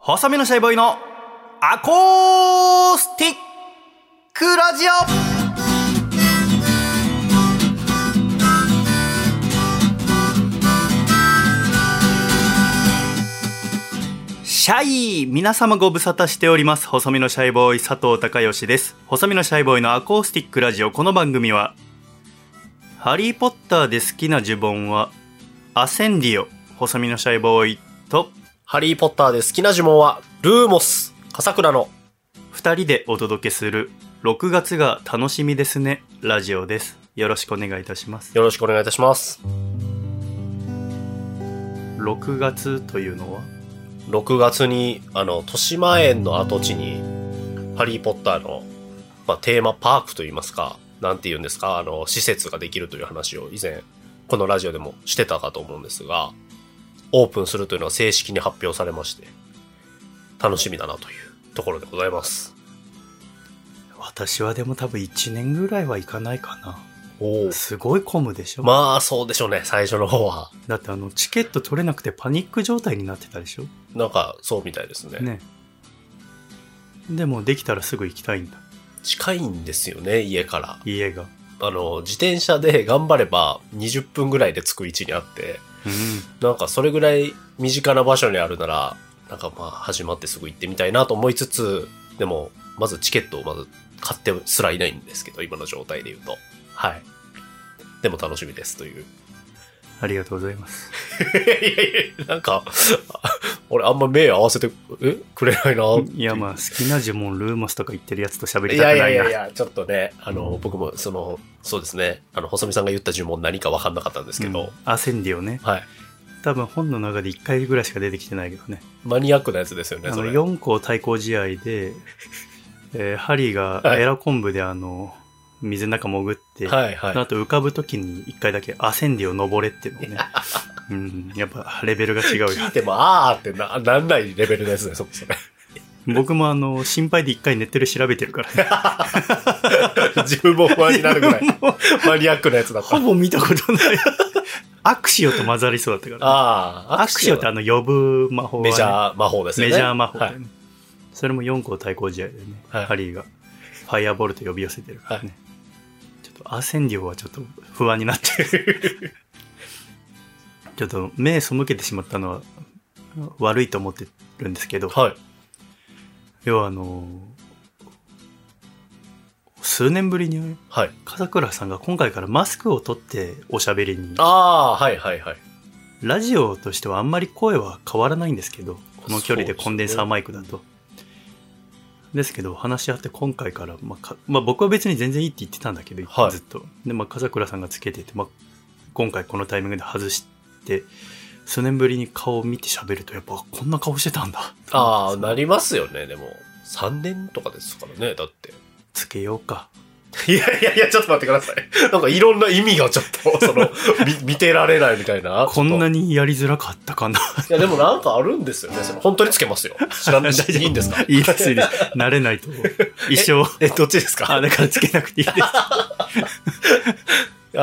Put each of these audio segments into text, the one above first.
細身のシャイボーイのアコースティックラジオ。シャイ、皆様ご無沙汰しております。細身のシャイボーイ佐藤孝義です。細身のシャイボーイのアコースティックラジオ。この番組はハリーポッターで好きな呪文はアセンディオ、細身のシャイボーイとハリーポッターで好きな呪文はルーモス、笠倉の 2人でお届けする6月が楽しみですねラジオです。よろしくお願いいたします。 よろしくお願いいたします。 6月というのは 6月に豊島園の跡地にハリーポッターの、テーマパークといいますか、なんて言うんですか、施設ができるという話を以前このラジオでもしてたかと思うんですが、オープンするというのは正式に発表されまして、楽しみだなというところでございます。 私はでも多分1年ぐらいは行かないかな。 お、 すごい混むでしょ。 まあそうでしょうね、最初の方は。 だってチケット取れなくてパニック状態になってたでしょ。 なんかそうみたいですね。 ね。でもできたらすぐ行きたいんだ。 近いんですよね、家から。 家が自転車で頑張れば20分ぐらいで着く位置にあって、なんかそれぐらい身近な場所にあるなら、なんか始まってすぐ行ってみたいなと思いつつ、でもまずチケットをまず買ってすらいないんですけど、今の状態で言うと。はい。でも楽しみですという。 ありがとうございます。 いや、なんか、俺あんま目合わせてくれないな。 いや、好きな呪文ルーモスとか言ってるやつと喋りたくないな。 いや、ちょっとね、僕もそうですね、細見さんが言った呪文何か分かんなかったんですけど。 アセンディオね。 はい。 多分本の中で1回ぐらいしか出てきてないけどね。 マニアックなやつですよね、それ。 4校対抗試合で、ハリーがエラ昆布で水の中潜って、 はいはい、 あと浮かぶときに1回だけアセンディオ登れっていうのをね。やっぱレベルが違うよ。 聞いてもあーってなんないレベルのやつね、それ。 僕も心配で1回ネットで調べてるからね。 自分も不安になるぐらいマニアックなやつだった。 ほぼ見たことない。アクシオと混ざりそうだったから、ね。アクシオって呼ぶ魔法は、ね、 メジャー魔法ですよね。 メジャー魔法だよね。はい、それも4校対抗試合でね、はい、ハリーがファイアボールと呼び寄せてるからね。はい、ちょっとアセンディオはちょっと不安になってる。ちょっと目背けてしまったのは悪いと思ってるんですけど、 はい、 要は数年ぶりに、 はい、 笠倉さんが今回からマスクを取っておしゃべりに。 はいはいはい。 ラジオとしてはあんまり声は変わらないんですけど、この距離でコンデンサーマイクだと。ですけど話し合って今回から、僕は別に全然いいって言ってたんだけど、はい、ずっと。で、笠倉さんがつけてて、今回このタイミングで外して、数年ぶりに顔を見て喋ると、やっぱこんな顔してたんだ。 なりますよね。でも、3年とかですからね、だって。 つけようか。 いや、ちょっと待ってください。なんかいろんな意味がちょっと、見てられないみたいな。 こんなにやりづらかったかな。 いや、でもなんかあるんですよね。本当につけますよ。知らない。いいんですか？ いいです。慣れないと。一生。 どっちですか？ だからつけなくていいです。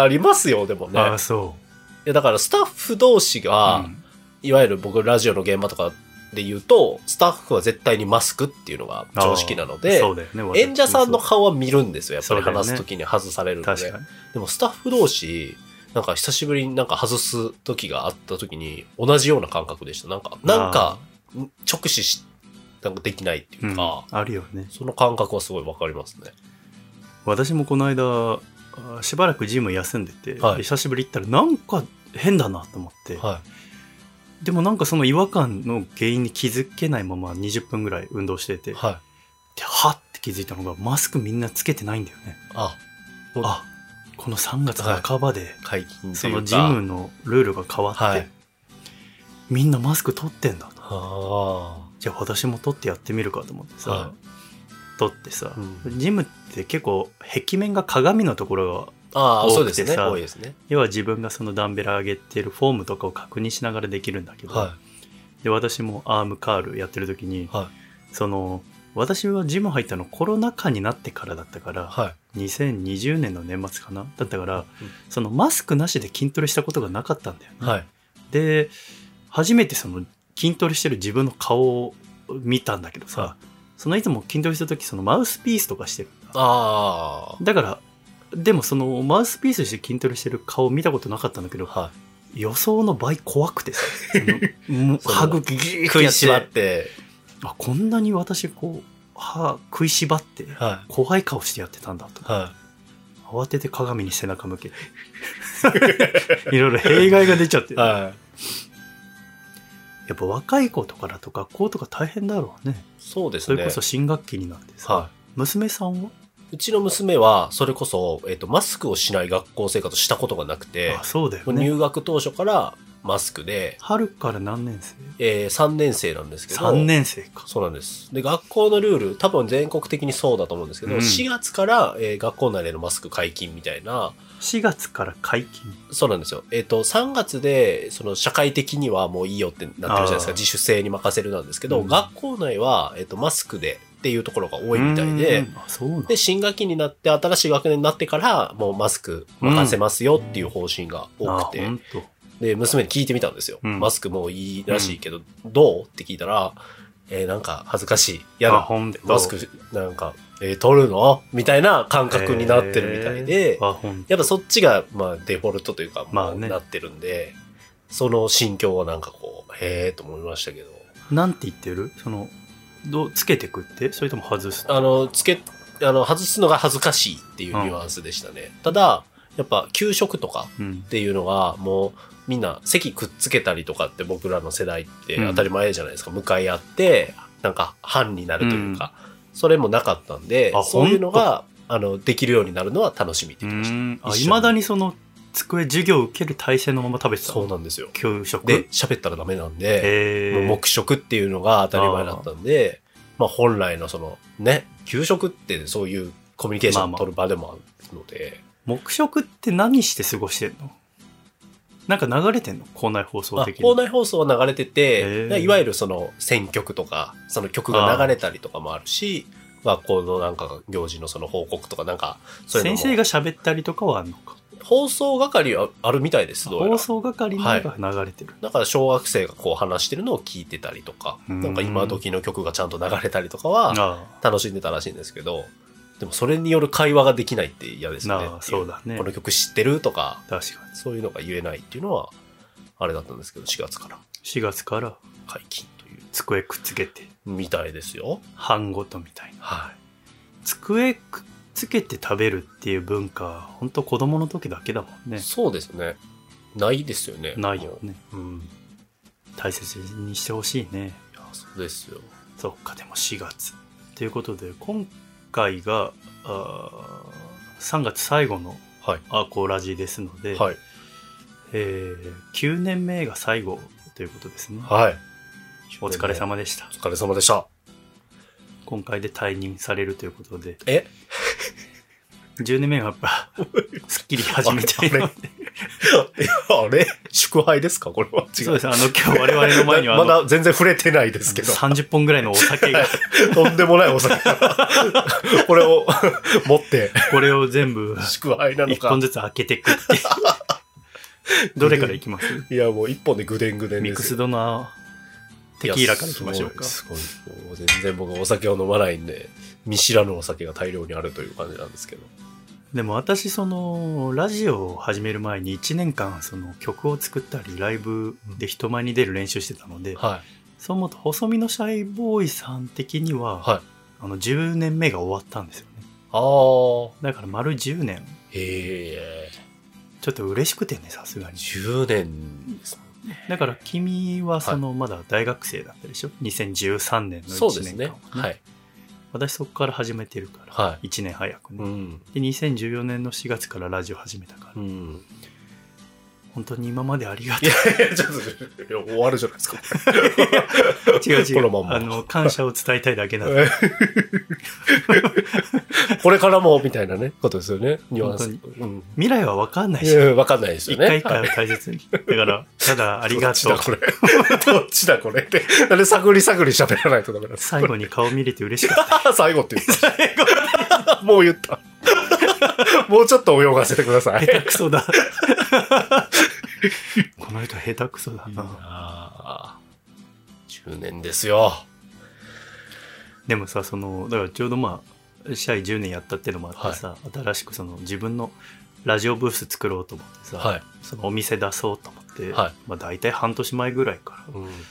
ありますよ、でもね。 そう。 いや、だからスタッフ同士が、いわゆる僕ラジオの現場とかで言うと、スタッフは絶対にマスクっていうのが常識なので、 そうだよね、 演者さんの顔は見るんですよ。やっぱり話すときに外されるので。でもスタッフ同士、なんか久しぶりになんか外す時があった時に同じような感覚でした。なんか直視なんかできないっていうか、 あるよね。 その感覚はすごいわかりますね。 私もこの間、しばらくジム休んでて、久しぶり行ったらなんか変だなと思って、でもなんかその違和感の原因に気づけないまま20分ぐらい運動してて、ではって気づいたのがマスクみんなつけてないんだよね。この3月半ばで、そのジムのルールが変わって、みんなマスク取ってんだと。じゃあ私も取ってやってみるかと思ってさ、取ってさ、ジムって結構壁面が鏡のところが多くてさ、要は自分がそのダンベル上げてるフォームとかを確認しながらできるんだけど、で私もアームカールやってる時に、私はジム入ったのコロナ禍になってからだったから、2020年の年末かなだったから、そのマスクなしで筋トレしたことがなかったんだよね。で初めてその筋トレしてる自分の顔を見たんだけどさ、そのいつも筋トレした時そのマウスピースとかしてる。だからでもそのマウスピースして筋トレしてる顔見たことなかったんだけど、予想の倍怖くてさ、歯茎ギーッ食いしばって、 こんなに私こう歯食いしばって怖い顔してやってたんだと、慌てて鏡に背中向けていろいろ弊害が出ちゃって、やっぱ若い子とかだと学校とか大変だろうね。 そうですね。 それこそ新学期になってさ、娘さんは？ うちの娘はそれこそ、マスクをしない学校生活したことがなくて、 そうだよね。 入学当初からマスクで。 春から何年生 ？3年生なんですけど。 3年生か。 そうなんです。で、学校のルール、多分全国的にそうだと思うんですけど、4月から、学校内でのマスク解禁みたいな。 4月から解禁？ そうなんですよ。3月で、その社会的にはもういいよってなってるじゃないですか。自主性に任せるなんですけど、学校内は、マスクでっていうところが多いみたいで、で、新学期になって新しい学年になってから、もうマスク任せますよっていう方針が多くて、で、娘に聞いてみたんですよ。マスクもういいらしいけど、どうって聞いたら、なんか恥ずかしい。嫌だ。マスク、なんか、取るのみたいな感覚になってるみたいで、やっぱそっちが、まあ、デフォルトというか、なってるんで、その心境はなんかこう、へーと思いましたけど。 なんて言ってる？つけてくって？それとも外す？ 外すのが恥ずかしいっていうニュアンスでしたね。ただ、やっぱ給食とかっていうのがもうみんな席くっつけたりとかって僕らの世代って当たり前じゃないですか。向かい合ってなんか班になるというか、それもなかったんで、そういうのができるようになるのは楽しみって言ってました。 未だにその机授業を受ける体制のまま食べてたの？ そうなんですよ。 給食で喋ったらダメなんで、もう黙食っていうのが当たり前だったんで、まあ本来のそのね、給食ってそういうコミュニケーションを取る場でもあるので。 黙食って何して過ごしてんの？なんか流れてんの？校内放送的に。 校内放送は流れてて、いわゆるその選曲とか、その曲が流れたりとかもあるし、学校のなんか行事のその報告とかなんか、そういうのも。 先生が喋ったりとかはあるのか？ 放送係はあるみたいです、どうやら。 放送係のが流れてる。 だから小学生がこう話してるのを聞いてたりとか、なんか今時の曲がちゃんと流れたりとかは楽しんでたらしいんですけど、でもそれによる会話ができないって嫌ですよね。 そうだね。 この曲知ってるとか、 確かにそういうのが言えないっていうのは、あれだったんですけど、4月から解禁という。 机くっつけて。 みたいですよ。 班ごとみたいな。 はい。 机くっつけて食べるっていう文化、本当子供の時だけだもんね。 そうですね。ないですよね。 ないよね。大切にしてほしいね。 いや、そうですよ。 そっか、でも4月。ということで、今回が3月最後のアコラジですので、9年目が最後ということですね。 はい。 お疲れ様でした。 お疲れ様でした。今回で退任されるということで。 10 年目がやっぱ、すっきり始めたいなって。 あれ祝杯ですかこれは。違う。 そうです。今日我々の前にはまだ全然触れてないですけど。 30本ぐらいのお酒が。 とんでもないお酒が。これを持って。 これを全部、 祝杯なのか。 1本ずつ開けていくって。どれからいきます？ いや、もう1本でグデングデンです。 ミックスドのテキーラからいきましょうか。 すごい。もう全然僕お酒を飲まないんで、見知らぬお酒が大量にあるという感じなんですけど。 でも私ラジオを始める前に1年間曲を作ったりライブで人前に出る練習してたので、そう思うと細身のシャイボーイさん的には、10年目が終わったんですよね。だから丸10年。ちょっと嬉しくてね、さすがに。 10年ですもんね。 だから君はまだ大学生だったでしょ？ 2013 年の1年間、 そうですね。はい。 私そこから始めてるから、1年早くね、で2014年の4月からラジオ始めたから、本当に今までありがとう。 いやちょっと終わるじゃないですか。 違うこのまま感謝を伝えたいだけなんで。 これからもみたいなねことですよね。ニュアンス。 未来は分かんないし。 分かんないですよね。 一回一回を大切に。だからただありがとう。 どっちだこれって。なんで探り喋らないとダメなんですか。 最後に顔見れて嬉しかった。 最後って言った。もう言った。もうちょっと泳がせてください。 下手くそだ。この人下手くそだな。 10年ですよ。 でもさ、だからちょうどまあ社員10年やったっていうのもあってさ、新しく自分のラジオブース作ろうと思ってさ、そのお店出そうと思って、まあ大体半年前ぐらいから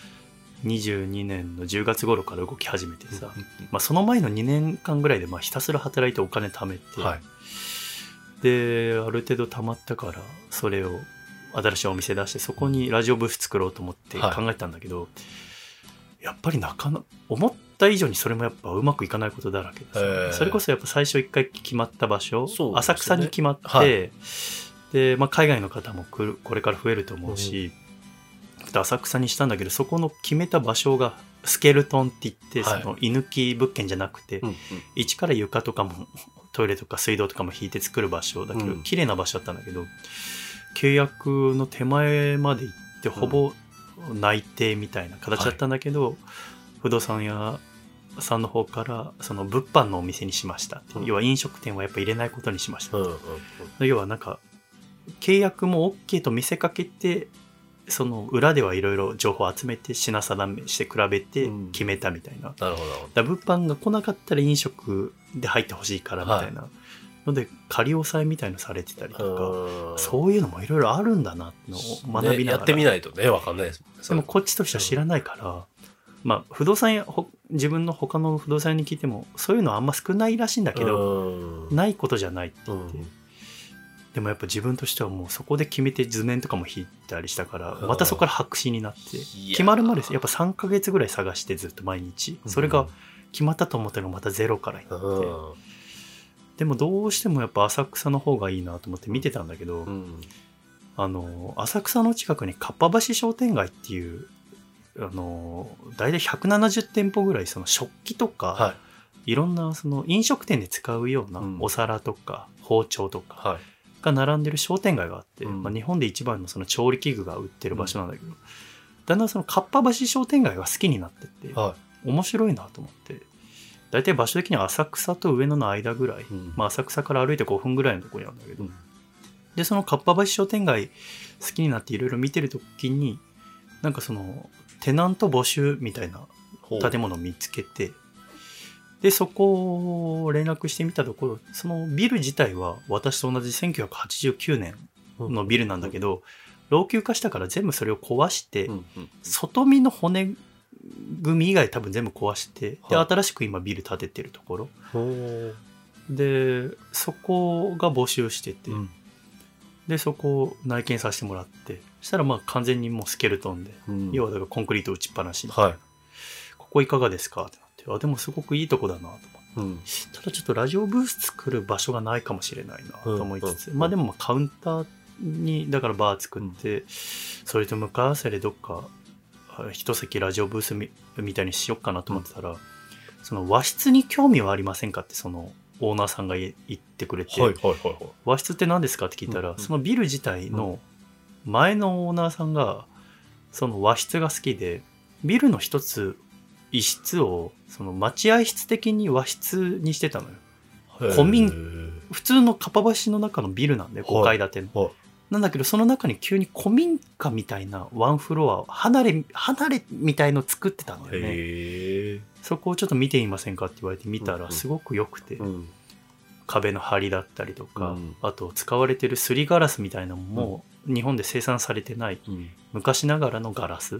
、22年の10月頃から動き始めてさ、まあその前の2年間ぐらいでまあひたすら働いてお金貯めて、である程度貯まったからそれを新しいお店出してそこにラジオブース作ろうと思って考えたんだけど、やっぱり思った以上にそれもやっぱうまくいかないことだらけでさ、それこそやっぱ最初一回決まった場所、浅草に決まって、で、まあ、海外の方もこれから増えると思うし、浅草にしたんだけど、そこの決めた場所がスケルトンって言って、その居抜き物件じゃなくて、一から床とかもトイレとか水道とかも引いて作る場所だけど、綺麗な場所だったんだけど、契約の手前まで行ってほぼ内定みたいな形だったんだけど、不動産屋さんの方からその物販のお店にしましたって、要は飲食店はやっぱ入れないことにしました、要はなんか契約も OK と見せかけて、その裏ではいろいろ情報を集めて品定めして比べて決めたみたいな、 なるほど。 だ物販が来なかったら飲食で入ってほしいからみたいなので仮押さえみたいのされてたりとか、そういうのもいろいろあるんだなってのを学びながら、 ね、やってみないとね分かんないですもんね。 でもこっちとしては知らないから、まあ不動産屋、自分の他の不動産屋に聞いてもそういうのはあんま少ないらしいんだけど、ないことじゃないって言って、でもやっぱ自分としてはもうそこで決めて図面とかも引いたりしたから、またそこから白紙になって決まるまでやっぱ3ヶ月ぐらい探してずっと毎日、それが決まったと思ったのがまたゼロからになって、でもどうしてもやっぱ浅草の方がいいなと思って見てたんだけど、浅草の近くにかっぱ橋商店街っていう大体170店舗ぐらいその食器とか、いろんなその飲食店で使うようなお皿とか包丁とかが並んでる商店街があって、まあ、日本で一番のその調理器具が売ってる場所なんだけど、だんだんそのかっぱ橋商店街が好きになってって、面白いなと思って、大体場所的には浅草と上野の間ぐらい、まあ、浅草から歩いて5分ぐらいのところにあるんだけど、でそのかっぱ橋商店街好きになっていろいろ見てるときに、なんかそのテナント募集みたいな建物を見つけて、でそこを連絡してみたところ、そのビル自体は私と同じ1989年のビルなんだけど、老朽化したから全部それを壊して、外見の骨組み以外多分全部壊して、で新しく今ビル建ててるところで、そこが募集してて、でそこを内見させてもらって、そしたらまあ完全にもうスケルトンで、要はだからコンクリート打ちっぱなしみたいな、ここいかがですかってなって、あでもすごくいいとこだなと思って、ただちょっとラジオブース作る場所がないかもしれないなと思いつつ、まあでもまあカウンターにだからバー作って、それと向かい合わせでどっか一席ラジオブース みたいにしよっかなと思ってたら、その和室に興味はありませんかってそのオーナーさんが言ってくれて、和室って何ですかって聞いたら、そのビル自体の前のオーナーさんがその和室が好きで、ビルの一つ一室をその待合室的に和室にしてたのよ。普通のかっぱ橋の中のビルなんで5階建ての、なんだけどその中に急に古民家みたいなワンフロア離れみたいの作ってたんだよね。そこをちょっと見てみませんかって言われて見たらすごく良くて、壁の梁だったりとか、あと使われてるすりガラスみたいなのも日本で生産されてない昔ながらのガラス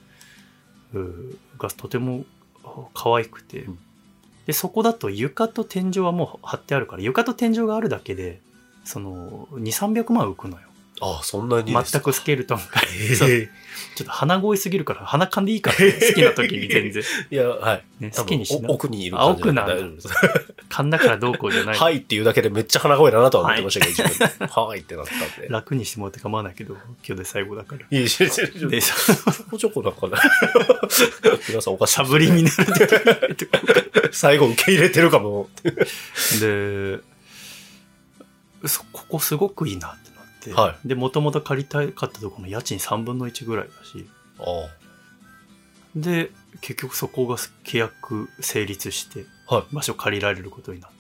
がとても可愛くて、でそこだと床と天井はもう貼ってあるから、床と天井があるだけでその 2,300 万浮くのよ。 ああ、そんなにですか。 全くスケルトンが、ちょっと鼻声すぎるから鼻かんでいいから、ね、好きな時に全然いや、はい、 ね、好きにしな。 奥にいる感じで奥なんだ。噛んだからどうこうじゃない。 はいっていうだけでめっちゃ鼻声だなとは思ってましたけど、自分はいってなったんで。 楽にしてもらって構わないけど、今日で最後だから。 いや、ちょこなんかな。皆さんおかしい。 しゃぶりになる。 最後受け入れてるかも。 で、ここすごくいいなってなって、で、もともと借りたかったところの家賃3分の1ぐらいだし、で、結局そこが契約成立して、場所借りられることになって、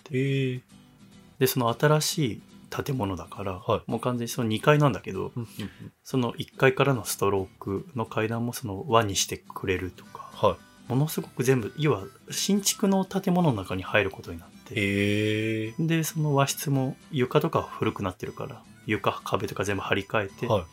で、その新しい建物だから、もう完全にその2階なんだけど、その1階からのストロークの階段もその輪にしてくれるとか、 ものすごく全部、要は新築の建物の中に入ることになって、で、その和室も床とか古くなってるから、床、壁とか全部張り替えて、はい、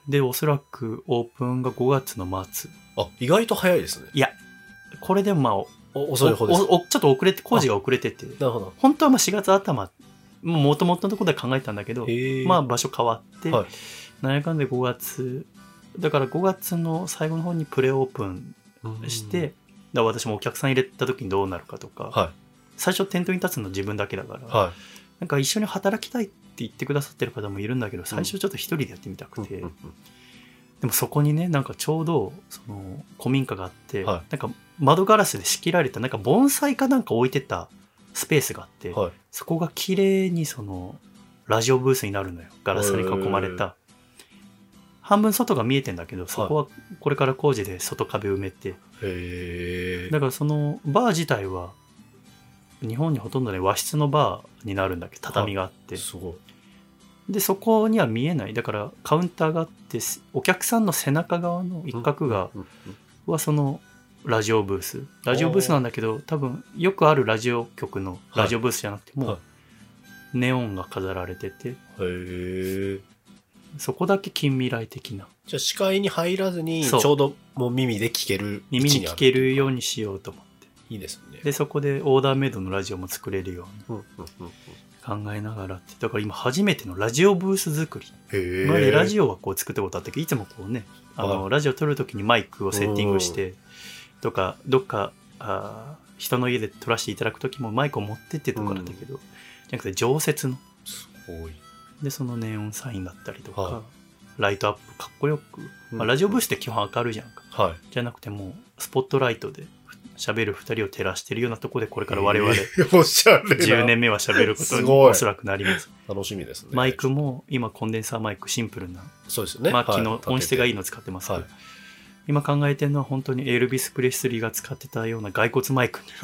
で、おそらくオープンが5月の末。 あ、意外と早いですね。 いや、これでもまあ、 遅い方です。 ちょっと遅れて、工事が遅れてて、 なるほど。 本当はまあ4月頭、もともとのところで考えたんだけど、まあ場所変わって、はい、なんやかんで5月、だから5月の最後の方にプレオープンして、だ私もお客さん入れた時にどうなるかとか、はい、最初店頭に立つの自分だけだから、はい、なんか一緒に働きたいって言ってくださってる方もいるんだけど、最初ちょっと一人でやってみたくて、でもそこにね、なんかちょうどその古民家があって、はい、なんか窓ガラスで仕切られたなんか盆栽かなんか置いてたスペースがあって、はい、そこが綺麗にそのラジオブースになるのよ。ガラスに囲まれた。半分外が見えてんだけど、そこはこれから工事で外壁埋めて、だからそのバー自体は日本にほとんどね和室のバーになるんだけど、畳があって、 すごい。 でそこには見えない。だからカウンターがあって、お客さんの背中側の一角がはそのラジオブースなんだけど、多分よくあるラジオ局のラジオブースじゃなくてもネオンが飾られてて、そこだけ近未来的な。 じゃあ視界に入らずにちょうどもう耳で聞ける位置にある。 耳に聞けるようにしようと思って。 いいですね。 でそこでオーダーメイドのラジオも作れるように考えながらって。だから今初めてのラジオブース作り。今までラジオはこう作ったことあったけど、いつもこうね、ラジオ撮るときにマイクをセッティングしてとか、どっか人の家で撮らせていただくときもマイクを持ってってとかだったけど、じゃなくて常設の。 すごい。 でそのネオンサインだったりとか、ライトアップかっこよく、ラジオブースって基本明るいじゃんか、じゃなくてもうスポットライトで喋る2人を照らしてるようなところで、これから我々10年目は喋ることにおそらくなります。 楽しみですね。 マイクも今コンデンサーマイクシンプルな、 そうですよね、 マッキーの音質がいいの使ってますけど、今考えてるのは本当にエルビス・プレスリーが使ってたような骸骨マイクに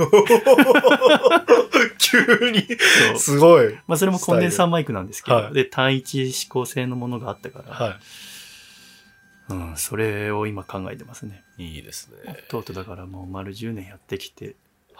急にすごい、 まあ、それもコンデンサーマイクなんですけど、で単一指向性のものがあったから、それを今考えてますね。 いいですね。 とうとうだからもう丸10年やってきて、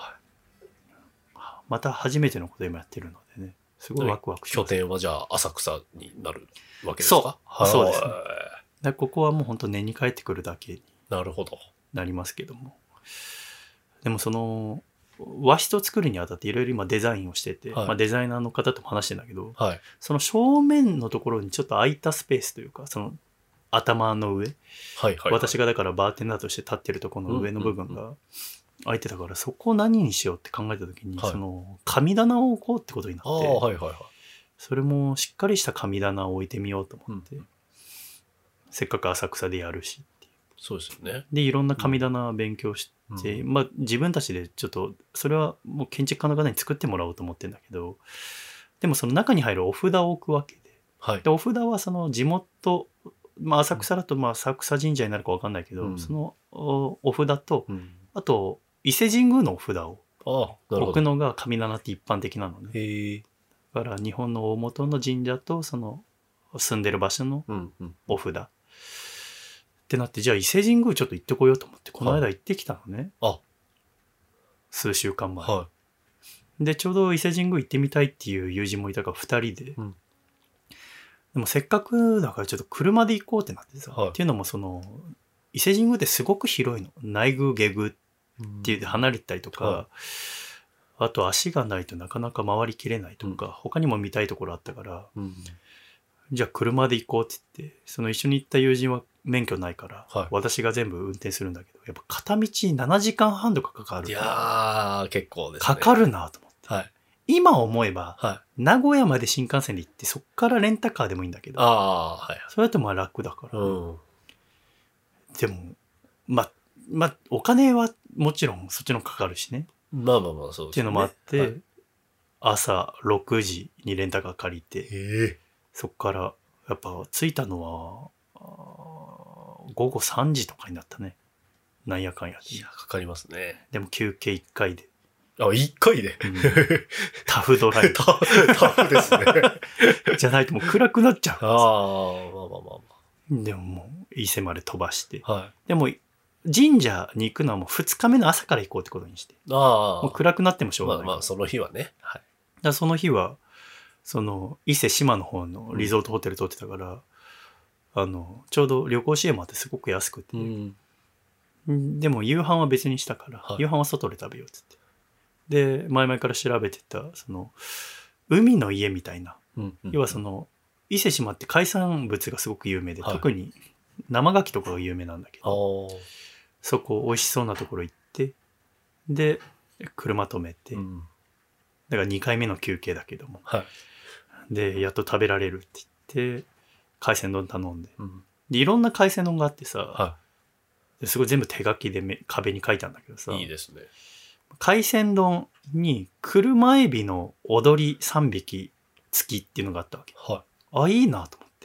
また初めてのこと今やってるのでね、すごいワクワクします。 拠点はじゃあ浅草になるわけですか？ そうですね。だここはもう本当年に帰ってくるだけになるほどなりますけども、でもその和室を作るにあたっていろいろ今デザインをしてて、デザイナーの方とも話してんだけど、その正面のところにちょっと空いたスペースというか、その頭の上、私がだからバーテンダーとして立ってるところの上の部分が空いてたから、そこを何にしようって考えた時に、その神棚を置こうってことになって、それもしっかりした神棚を置いてみようと思って、せっかく浅草でやるしっていう。 そうですよね。 でいろんな神棚勉強して、自分たちでちょっとそれはもう建築家の方に作ってもらおうと思ってるんだけど、でもその中に入るお札を置くわけで、でお札はその地元、浅草だと浅草神社になるか分かんないけど、その お札と、あと伊勢神宮のお札を置くのが神棚って一般的なのね。だから日本の大元の神社とその住んでる場所のお札、ってなって、じゃあ伊勢神宮ちょっと行ってこようと思ってこの間行ってきたのね、数週間前、でちょうど伊勢神宮行ってみたいっていう友人もいたから2人で、でもせっかくだからちょっと車で行こうってなってさ、っていうのもその伊勢神宮ってすごく広いの、内宮下宮っていうで離れたりとか、あと足がないとなかなか回りきれないとか、他にも見たいところあったから、じゃあ車で行こうって言って、その一緒に行った友人は免許ないから、私が全部運転するんだけど、やっぱ片道7時間半とかかかるから。 いやー、結構ですね。 かかるなと思って。今思えば、名古屋まで新幹線で行って、そっからレンタカーでもいいんだけど、それだと楽だから。でも、お金はもちろんそっちのかかるしね。 そうですね。 っていうのもあって、朝6時にレンタカー借りて、そっからやっぱ着いたのは午後3時とかになったね。なんやかんやで。 いや、かかりますね。 でも休憩1回で。 1回で、 タフドライブ。 タフですね。 じゃないともう暗くなっちゃう。 でももう伊勢まで飛ばして。でも神社に行くのはもう2日目の朝から行こうってことにして。もう暗くなってもしょうがない。 まあまあ、その日はね。はい。 だその日は、伊勢志摩の方のリゾートホテル取ってたから、ちょうど旅行支援もあってすごく安くて。でも夕飯は別にしたから、夕飯は外で食べようっつって。で、前々から調べてた、海の家みたいな。要は伊勢志摩って海産物がすごく有名で、特に生牡蠣とかが有名なんだけど、そこ美味しそうなところ行って、で、車止めて、だから2回目の休憩だけども、で、やっと食べられるって言って、海鮮丼頼んで、でいろんな海鮮丼があってさ、すごい全部手書きで壁に書いたんだけどさ、 いいですね。 海鮮丼に車エビの踊り3匹付きっていうのがあったわけ。いいなと思って。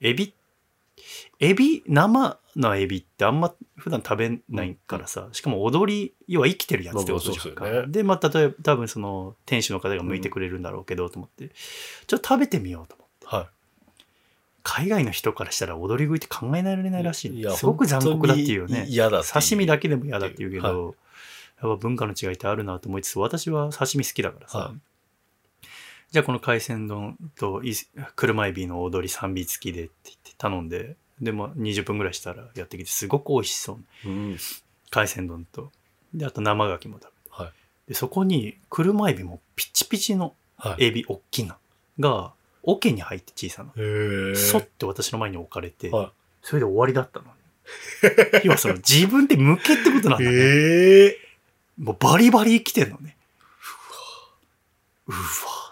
生のエビってあんま普段食べないからさ、しかも踊り、要は生きてるやつってことじゃんか。で、まあ、例えば多分店主の方が向いてくれるんだろうけどと思って、ちょっと食べてみようと思って。海外の人からしたら踊り食いって考えられないらしい。すごく残酷だっていうよね。刺身だけでも嫌だって言うけど、やっぱ文化の違いってあるなと思いつつ、私は刺身好きだからさ。じゃあこの海鮮丼と車エビの踊り3尾付きでって言って頼んで、でも20分ぐらいしたらやってきてすごく美味しそう、海鮮丼と、であと生牡蠣も食べて、でそこに車エビもピチピチのエビ、大きなが桶に入って小さなそって私の前に置かれて、それで終わりだったのね。要は自分で向けってことなんだね。もうバリバリ生きてんのね。うわ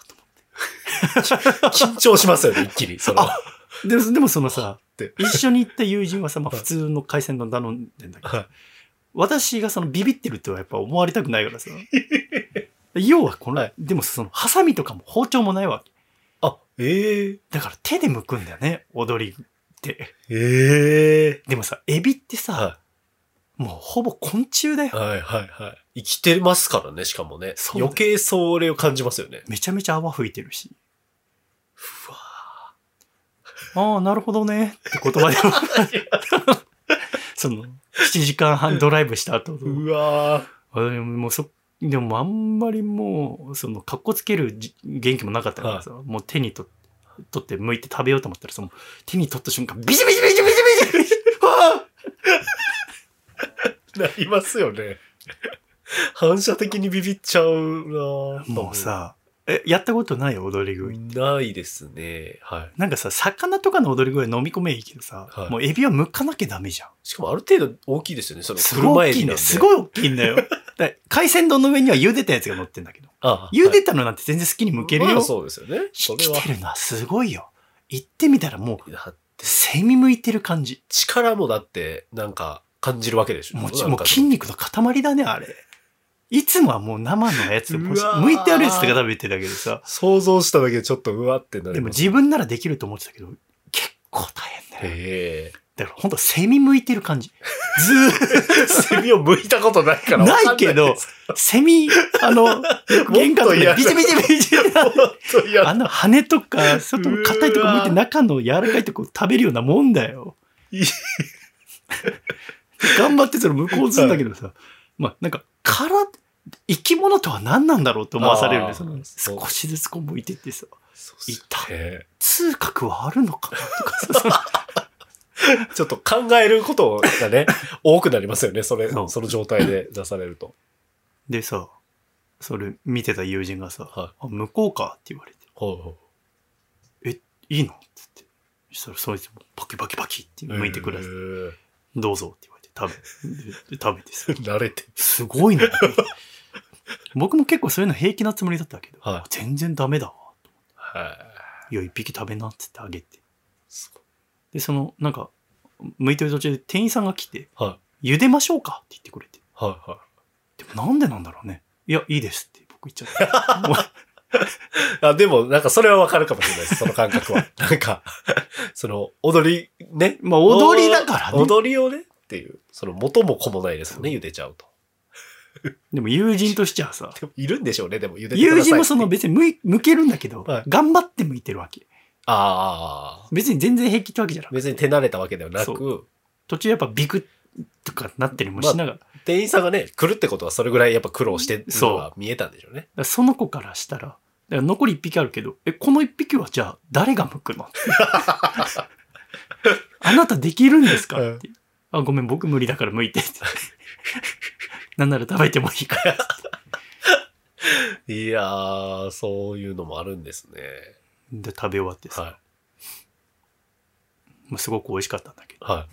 緊張しますよね、一気に。 でもさ、一緒に行った友人はさ、まあ普通の海鮮丼頼んでんだけど、私がビビってるってはやっぱ思われたくないからさ。要はでもハサミとかも包丁もないわけ。だから手で剥くんだよね、踊りって。でもさ、エビってさ、もうほぼ昆虫だよ。 生きてますからね、しかもね。余計それを感じますよね。 めちゃめちゃ泡吹いてるし。ああ、なるほどね。って言葉で7時間半ドライブした後。もでもあんまりもう、かっこつける元気もなかったからさ、もう手に取って剥いて食べようと思ったら手に取った瞬間、ビシビシビシビシビシなりますよね。反射的にビビっちゃうな。 もうさ、やったことない踊り食い。 ないですね。 なんかさ、魚とかの踊り食いは飲み込めいいけどさ、もうエビは剥かなきゃダメじゃん。 しかもある程度大きいですよね、 すごい大きいね。すごい大きいんだよ。海鮮丼の上には茹でたやつが乗ってんだけど。茹でたのなんて全然好きに剥けるよ。 そうですよね。 生きてるのはすごいよ。行ってみたらもう、セミ剥いてる感じ。 力もだって、なんか感じるわけでしょ。 もう筋肉の塊だね、あれ。いつもはもう生のやつ、剥いてあるやつとか食べてるだけでさ。 想像しただけでちょっとうわってなる。 でも自分ならできると思ってたけど、結構大変だよ。だからほんとセミ剥いてる感じ。 セミを剥いたことないから分かんない。 ないけど、セミ、玄関とかでビチビチビチ羽とか、外の硬いとこ剥いて中の柔らかいとこ食べるようなもんだよ。頑張って向こうするんだけどさ、まあなんか生き物とは何なんだろうと思わされるね。少しずつ剥いてってさ、痛覚はあるのかなとかさ。 ちょっと考えることがね、多くなりますよね、その状態で出されると。 でさ、それ見てた友人がさ、向こうかって言われて。いいのつって。そしたらそいつもパキパキパキって剥いてくれて、どうぞって言われて食べてさ。 慣れて。 すごいな。僕も結構そういうの平気なつもりだったけど、全然ダメだわ。いや、一匹食べなってあげて。で、なんか、剥いてる途中で店員さんが来て、茹でましょうかって言ってくれて。でもなんでなんだろうね。いや、いいですって僕言っちゃった。 でも、なんかそれはわかるかもしれないです、その感覚は。なんか、踊り、ね。 まあ踊りだからね。 踊りをね、っていう、元も子もないですよね、茹でちゃうと。 でも友人としてはさ。 でもいるんでしょうね、でも茹でてください。 友人も別に剥けるんだけど、頑張って剥いてるわけ。 ああ。 別に全然平気ってわけじゃなくて。 別に手慣れたわけではなく。 途中やっぱビクとかなってりもしながら。 店員さんがね、来るってことはそれぐらいやっぱ苦労してるのが見えたんでしょうね。 その子からしたら、だから残り1匹あるけど、この1匹はじゃあ誰が剥くのあなたできるんですかって。あ、ごめん、僕無理だから剥いてって。なんなら食べてもいいから。 いやー、そういうのもあるんですね。 で、食べ終わってさ。はい、すごく美味しかったんだけど。はい、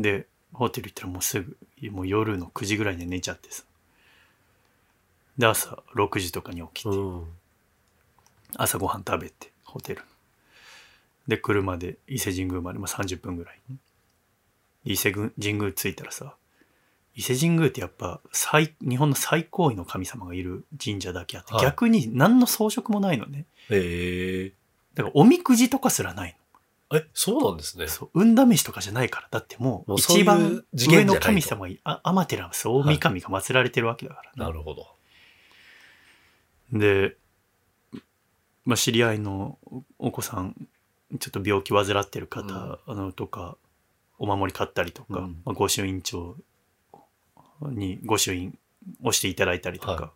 で、ホテル行ったらもうすぐ、もう夜の9時ぐらいで寝ちゃってさ。で、朝6時とかに起きて、朝ごはん食べて、ホテル。で、車で伊勢神宮まで、30分ぐらい。伊勢神宮着いたらさ、伊勢神宮ってやっぱ日本の最高位の神様がいる神社だけあって、はい、逆に何の装飾もないのね。だからおみくじとかすらないの。そうなんですね。 そう、運試しとかじゃないから。だってもう一番上の神様が天照大神が祀られてるわけだから、ね。 なるほど。 で、知り合いのお子さん、ちょっと病気患ってる方、とか、お守り買ったりとか、御朱印帳に御朱印押していただいたりとか、はい、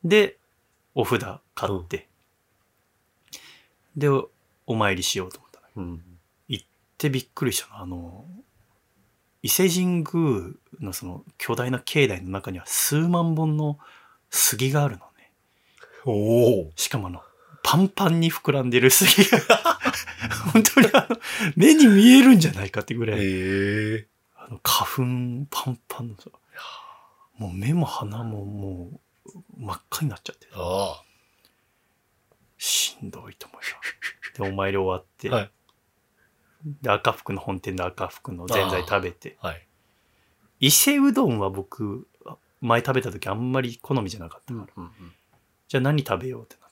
でお札買って、でお参りしようと思った、行ってびっくりしたの。伊勢神宮のその巨大な境内の中には数万本の杉があるのね。しかもパンパンに膨らんでる杉が本当に目に見えるんじゃないかってぐらい、花粉パンパンのさ、もう目も鼻ももう真っ赤になっちゃって、しんどいと思いな。でお参り終わって、はい、で赤福の本店で赤福のぜんざい食べて、はい、伊勢うどんは僕前食べた時あんまり好みじゃなかったから、じゃあ何食べようってなって、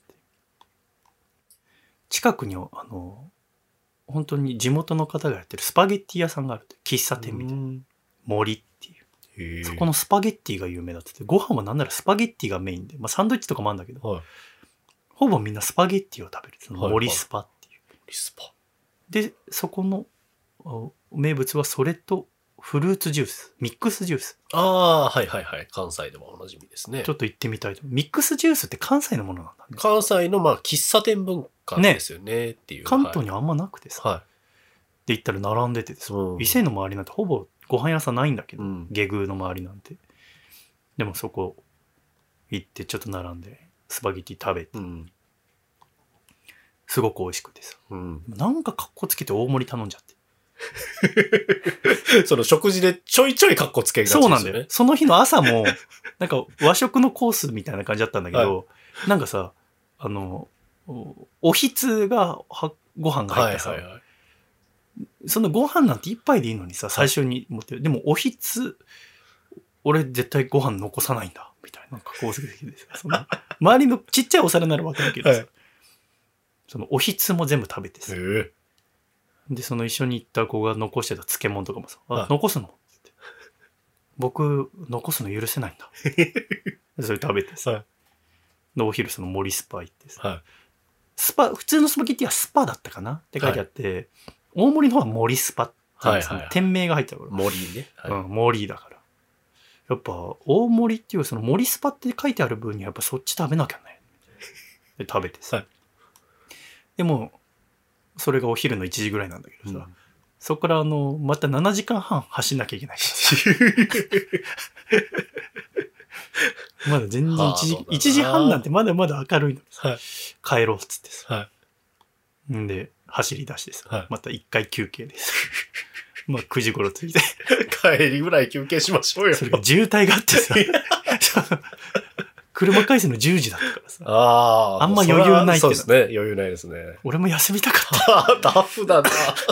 近くに本当に地元の方がやってるスパゲッティ屋さんがあるって、喫茶店みたいな、森っていう、そこのスパゲッティが有名だってて、ご飯はなんならスパゲッティがメインで、サンドイッチとかもあるんだけど、はい、ほぼみんなスパゲッティを食べる、その森スパっていう、森スパで、そこの名物はそれとフルーツジュース、ミックスジュース。 はいはいはい。関西でもおなじみですね。 ちょっと行ってみたいと。ミックスジュースって関西のものなんだね。 関西の喫茶店文化ですよねっていう。 関東にはあんまなくてさ。はい。で行ったら並んでてさ、伊勢の周りなんてほぼご飯屋さんないんだけど、下宮の周りなんて。でもそこ行ってちょっと並んで、スパゲッティ食べて、すごく美味しくてさ。なんかカッコつけて大盛り頼んじゃって。 その食事でちょいちょいカッコつけがちですよね。 そうなんだよ。その日の朝も、なんか和食のコースみたいな感じだったんだけど、はい、なんかさ、おひつがご飯が入ってさ、はいはいはい、そのご飯なんて一杯でいいのにさ、最初に持ってる。はい、でもおひつ、俺絶対ご飯残さないんだ、みたいな、なんかコースができてさ、その周りのちっちゃいお皿ならわかるけどさ、はい、そのおひつも全部食べてさ、で、その一緒に行った子が残してた漬物とかもさ、残すのって僕、残すの許せないんだ。それ食べてさ、はい、で、お昼その森スパ行ってさ、はい、普通のスパゲッティはスパだったかなって書いてあって、はい、大盛りの方は森スパっていう、はいはいはい、店名が入ってたから。 森ね。 はい、森だから。やっぱ、大盛りっていうその森スパって書いてある分にはやっぱそっち食べなきゃね。で、食べてさ。はい、でも、それがお昼の1時ぐらいなんだけどさ、そこからまた7時間半走んなきゃいけない。まだ全然1時半なんてまだまだ明るいのにさ、はい、帰ろうっつってさ。はい、んで、走り出してさ、はい、また1回休憩です。まあ9時頃着いて。 帰りぐらい休憩しましょうよ。 それが渋滞があってさ、車返すの10時だったからさ。あんま余裕ないって。 そうですね。余裕ないですね。 俺も休みたかった。 タフだな。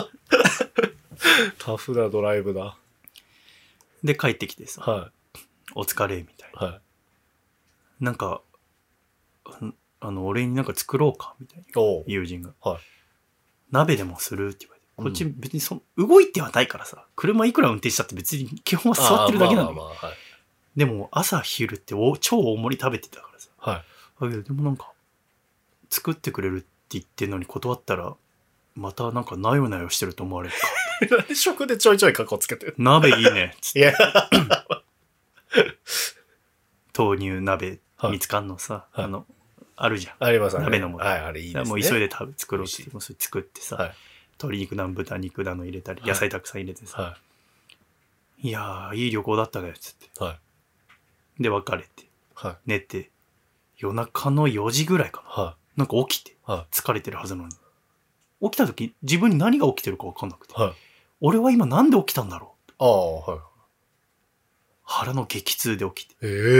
タフなドライブだ。 で、帰ってきてさ、はい、お疲れ、みたいな。はい、なんか、俺になんか作ろうか、みたいな。友人が。はい、鍋でもするって言われて。こっち別に動いてはないからさ、車いくら運転したって別に基本は座ってるだけなんだよ。でも朝昼って超大盛り食べてたからさ。はい。だけどでもなんか、作ってくれるって言ってんのに断ったら、 またなんかなよなよしてると思われるか。なんで食でちょいちょいカッコつけてる？ 鍋いいね。つって。 いや。 豆乳鍋見つかんのさ、 はい、 あるじゃん。 ありますね。 鍋のもの。 はい、あれいいですね。 もう急いで作ろうって、もうそれ作ってさ、 はい、 鶏肉だの豚肉だの入れたり、野菜たくさん入れてさ、 はい、 いやー、いい旅行だったね、つって。 はい、 で、別れて、 はい、 寝て、夜中の4時ぐらいかな。 はい、 なんか起きて、 はい、 疲れてるはずなのに。起きた時、自分に何が起きてるか分かんなくて。 はい、 俺は今なんで起きたんだろう。 ああ、はい。 腹の激痛で起きて。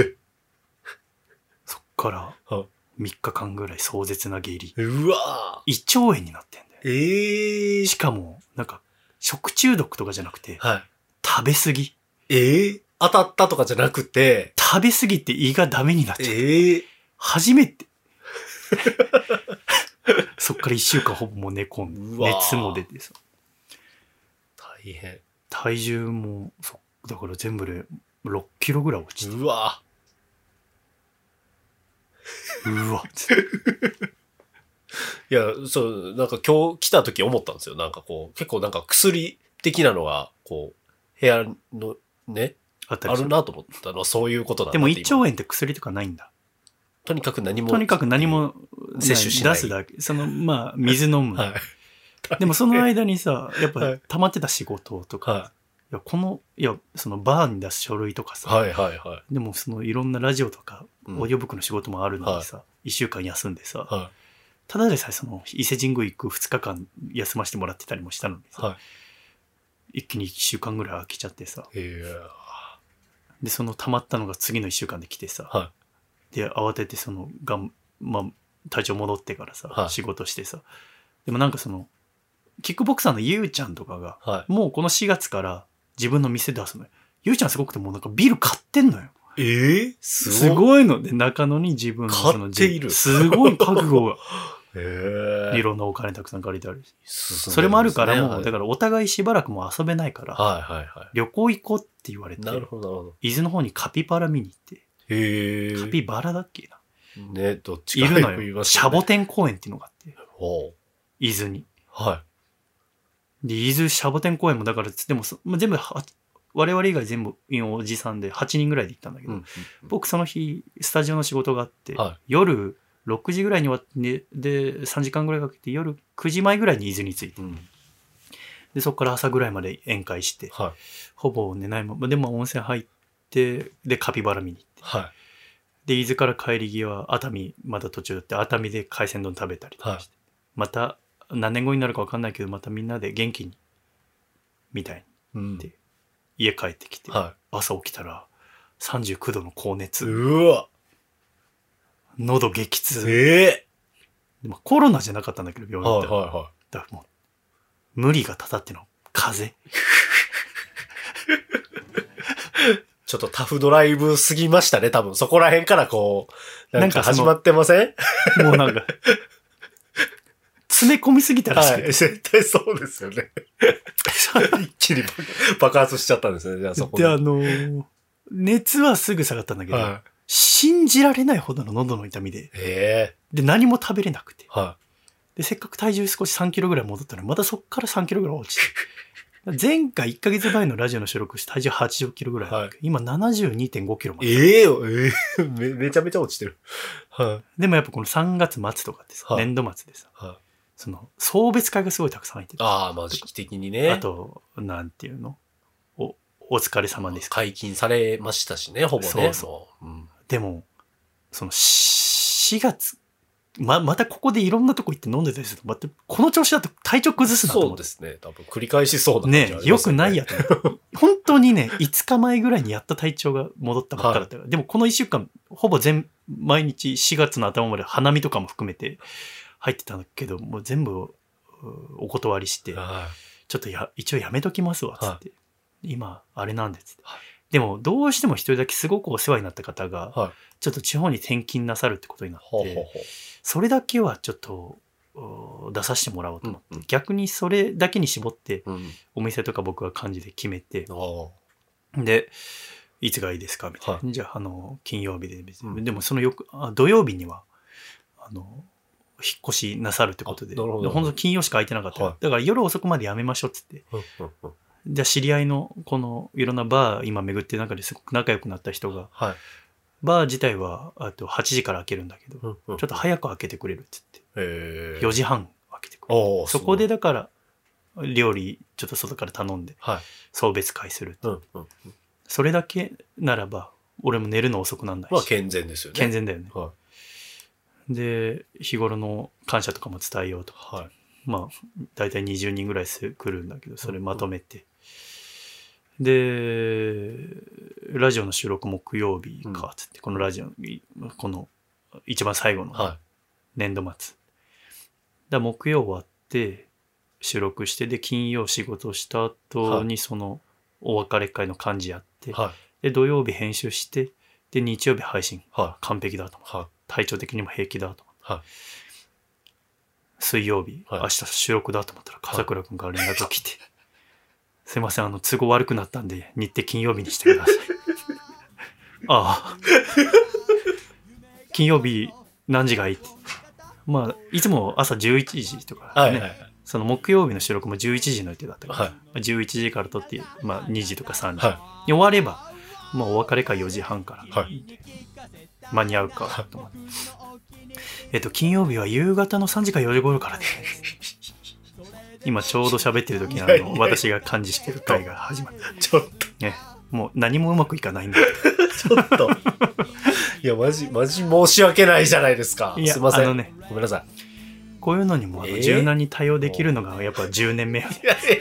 そっから3日間ぐらい壮絶な下痢。 うわ胃腸炎になってんだよ。 しかも、なんか、食中毒とかじゃなくて、 はい、 食べ過ぎ。 当たったとかじゃなくて、 食べ過ぎて胃がダメになっちゃった。初めて。そっから1週間ほぼもう寝込んで、熱も出てさ。 大変。 体重も、だから全部で6キロぐらい落ちた。 うわいや、そう、なんか今日来た時思ったんですよ。なんかこう、結構なんか薬的なのが、こう、部屋のね、あるなと思ったのはそういうことだなって。 でも胃腸炎って薬とかないんだ。 とにかく何も摂取しない。出すだけ。まあ、水飲む。はい、でもその間にさ、やっぱ溜まってた仕事とか、はい、そのバーに出す書類とかさ、 はいはいはい、 でもいろんなラジオとか、オーディオブックの仕事もあるのにさ、はい、1週間休んでさ、はい、ただでさえ伊勢神宮行く2日間休ませてもらってたりもしたのにさ、はい、一気に1週間ぐらい空きちゃってさ、で、溜まったのが次の1週間で来てさ、はい、で、慌ててまあ、体調戻ってからさ、はい、仕事してさ、でもなんかキックボクサーのゆうちゃんとかが、はい、もうこの4月から自分の店出すのよ。ゆうちゃんすごくてもうなんかビル買ってんのよ。すごいので、中野に自分の買っている。 すごい覚悟が。いろんなお金たくさん借りたり。それもあるからもう、はい、だからお互いしばらくもう遊べないから、はいはいはい、旅行行こうって言われて、 なるほどなるほど。 伊豆の方にカピバラ見に行って、カピバラだっけな。 ね、どっちかいるのよ。シャボテン公園っていうのがあって、伊豆に。 はい。 で、伊豆シャボテン公園もだから、でも全部我々以外全部おじさんで8人ぐらいで行ったんだけど、僕その日スタジオの仕事があって、はい、夜6時ぐらいに終わって、で3時間ぐらいかけて夜9時前ぐらいに伊豆に着いて、でそこから朝ぐらいまで宴会して、はい、ほぼ寝ないままでも温泉入ってでカピバラ見に行って、はい、で伊豆から帰り際熱海まだ途中だって熱海で海鮮丼食べたりとかして、はい、また何年後になるか分かんないけどまたみんなで元気にみたいにって、家帰ってきて、はい、朝起きたら39度の高熱。 うわ、 喉激痛。でもコロナじゃなかったんだけど病院行ったら、はいはいはい、だからもう無理がたたっての風邪。 ちょっとタフドライブすぎましたね、多分。そこら辺からこう、なんか始まってません？ もうなんか、詰め込みすぎたらしくて。 はい、絶対そうですよね。一気に爆発しちゃったんですね、じゃあそこで。 で、熱はすぐ下がったんだけど、はい、信じられないほどの喉の痛みで、で、何も食べれなくて、はい、で、せっかく体重少し3キロぐらい戻ったのに、またそっから3キロぐらい落ちて、前回1ヶ月前のラジオの収録して体重80キロぐらい、はい、今 72.5 キロまで。 めちゃめちゃ落ちてる。 はい、でもやっぱこの3月末とかってさ、はい、年度末でさ、はい、送別会がすごいたくさん入ってる。 ああ、まあ時期的にね。 あと、なんていうの？お疲れ様です。 解禁されましたしね、ほぼね。 そうそう。でも、4月、またここでいろんなとこ行って飲んでたりすると、またこの調子だと体調崩すなと思って。 そうですね。多分繰り返しそうな感じありますね。よくないやと思って。本当にね、5日前ぐらいにやった体調が戻ったばっかだったから。はい、でもこの1週間、ほぼ毎日4月の頭まで花見とかも含めて入ってたんだけど、もう全部お断りして、はい、ちょっと一応やめときますわ、つって。はい、今、あれなんで、つって。はい、でも、どうしても一人だけすごくお世話になった方が、はい、ちょっと地方に転勤なさるってことになって、それだけはちょっと出させてもらおうと思って、逆にそれだけに絞って、お店とか僕は漢字で決めて、で、いつがいいですかみたいな。じゃあ、金曜日で別に。でもその土曜日には、 引っ越しなさるってことで、 本当金曜しか空いてなかった、はい、だから夜遅くまでやめましょうっつって、じゃあ知り合いのこのいろんなバー今巡ってる中ですごく仲良くなった人が、 はい、 バー自体はあと8時から開けるんだけど、ちょっと早く開けてくれるっつって、4時半開けてくれる。そこでだから料理ちょっと外から頼んで送別会する、それだけならば俺も寝るの遅くなんないし、 まあ健全ですよね。 健全だよね、はい、で日頃の感謝とかも伝えようと、 はい、 まあ大体20人ぐらい来るんだけど、それまとめて、でラジオの収録木曜日かっつって、このラジオこの一番最後の年度末、だ木曜終わって収録して、で金曜仕事した後にそのお別れ会の幹事やって、 はい、 で土曜日編集して、で日曜日配信、 はい、 完璧だと思って、はい、体調的にも平気だと思って、 はい、 水曜日、 はい、 明日収録だと思ったら笠倉君から連絡が来て、すいません都合悪くなったんで日程金曜日にしてくださいああ金曜日何時がいいって、まあいつも朝11時とかね、 はいはいはい、 その木曜日の収録も11時の予定だったから、 はい、 11時から撮って、まあ、2時とか3時、 はい、 に終われば、まあ、お別れ会4時半から、 はい、 間に合うかと思って、金曜日は夕方の3時か4時頃からで今ちょうど喋ってる時に私が感じしてる会が始まった。 ちょっと、 ね、もう何もうまくいかないんだちょっといやマジ申し訳ないじゃないですか。すいません、ごめんなさい。 こういうのにも柔軟に対応できるのがやっぱ10年目や。い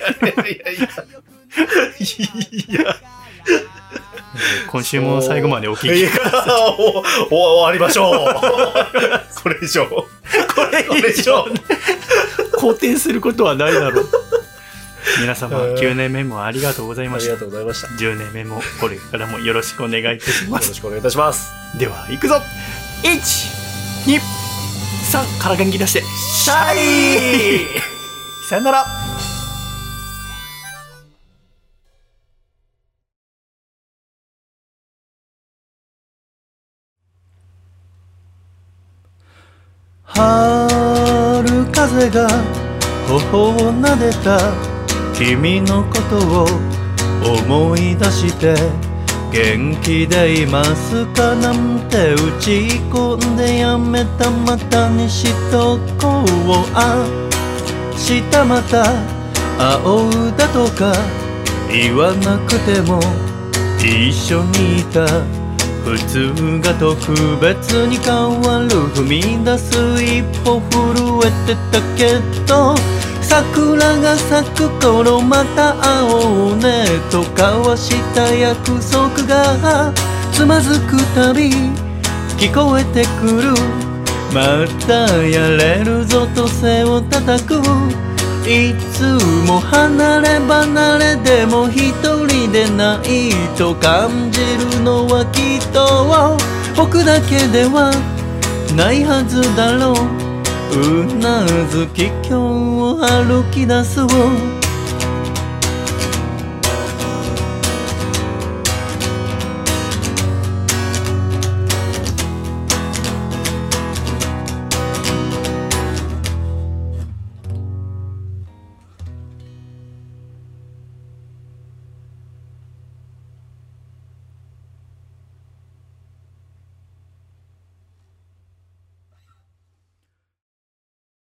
や今週も最後までお聞きください。 終わりましょうこれ以上好転することはないだろう。皆様9年目もありがとうございました。 ありがとうございました。 10年目もこれからもよろしくお願いいたします。 よろしくお願いいたします。 では行くぞ。1、2、3から元気出してシャイさよなら。春風が頬を撫でた君のことを思い出して、元気でいますかなんて打ち込んでやめた、またにしとこう、明日また会おうだとか言わなくても一緒にいた、普通が特別に変わる、踏み出す一歩震えてたけど、桜が咲く頃また会おうねと交わした約束がつまずくたび聞こえてくる、またやれるぞと背を叩く、いつも離れ離れでも一人でないと感じるのはきっと僕だけではないはずだろう。うなずき今日歩き出す